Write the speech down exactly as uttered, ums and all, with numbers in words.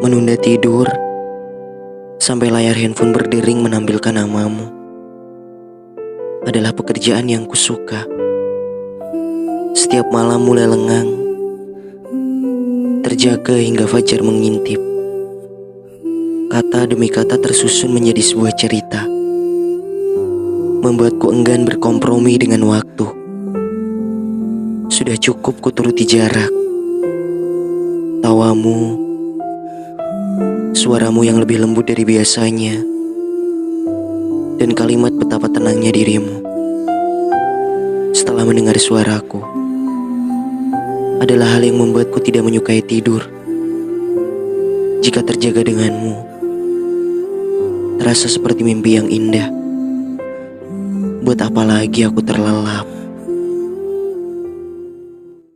menunda tidur sampai layar handphone berdering menampilkan namamu adalah pekerjaan yang kusuka. Setiap malam mulai lengang, terjaga hingga fajar mengintip. Kata demi kata tersusun menjadi sebuah cerita, membuatku enggan berkompromi dengan waktu. Sudah cukup kuturuti jarak. Tawamu, suaramu yang lebih lembut dari biasanya, dan kalimat betapa tenangnya dirimu setelah mendengar suaraku adalah hal yang membuatku tidak menyukai tidur. Jika terjaga denganmu, terasa seperti mimpi yang indah. Buat apa lagi aku terlelap?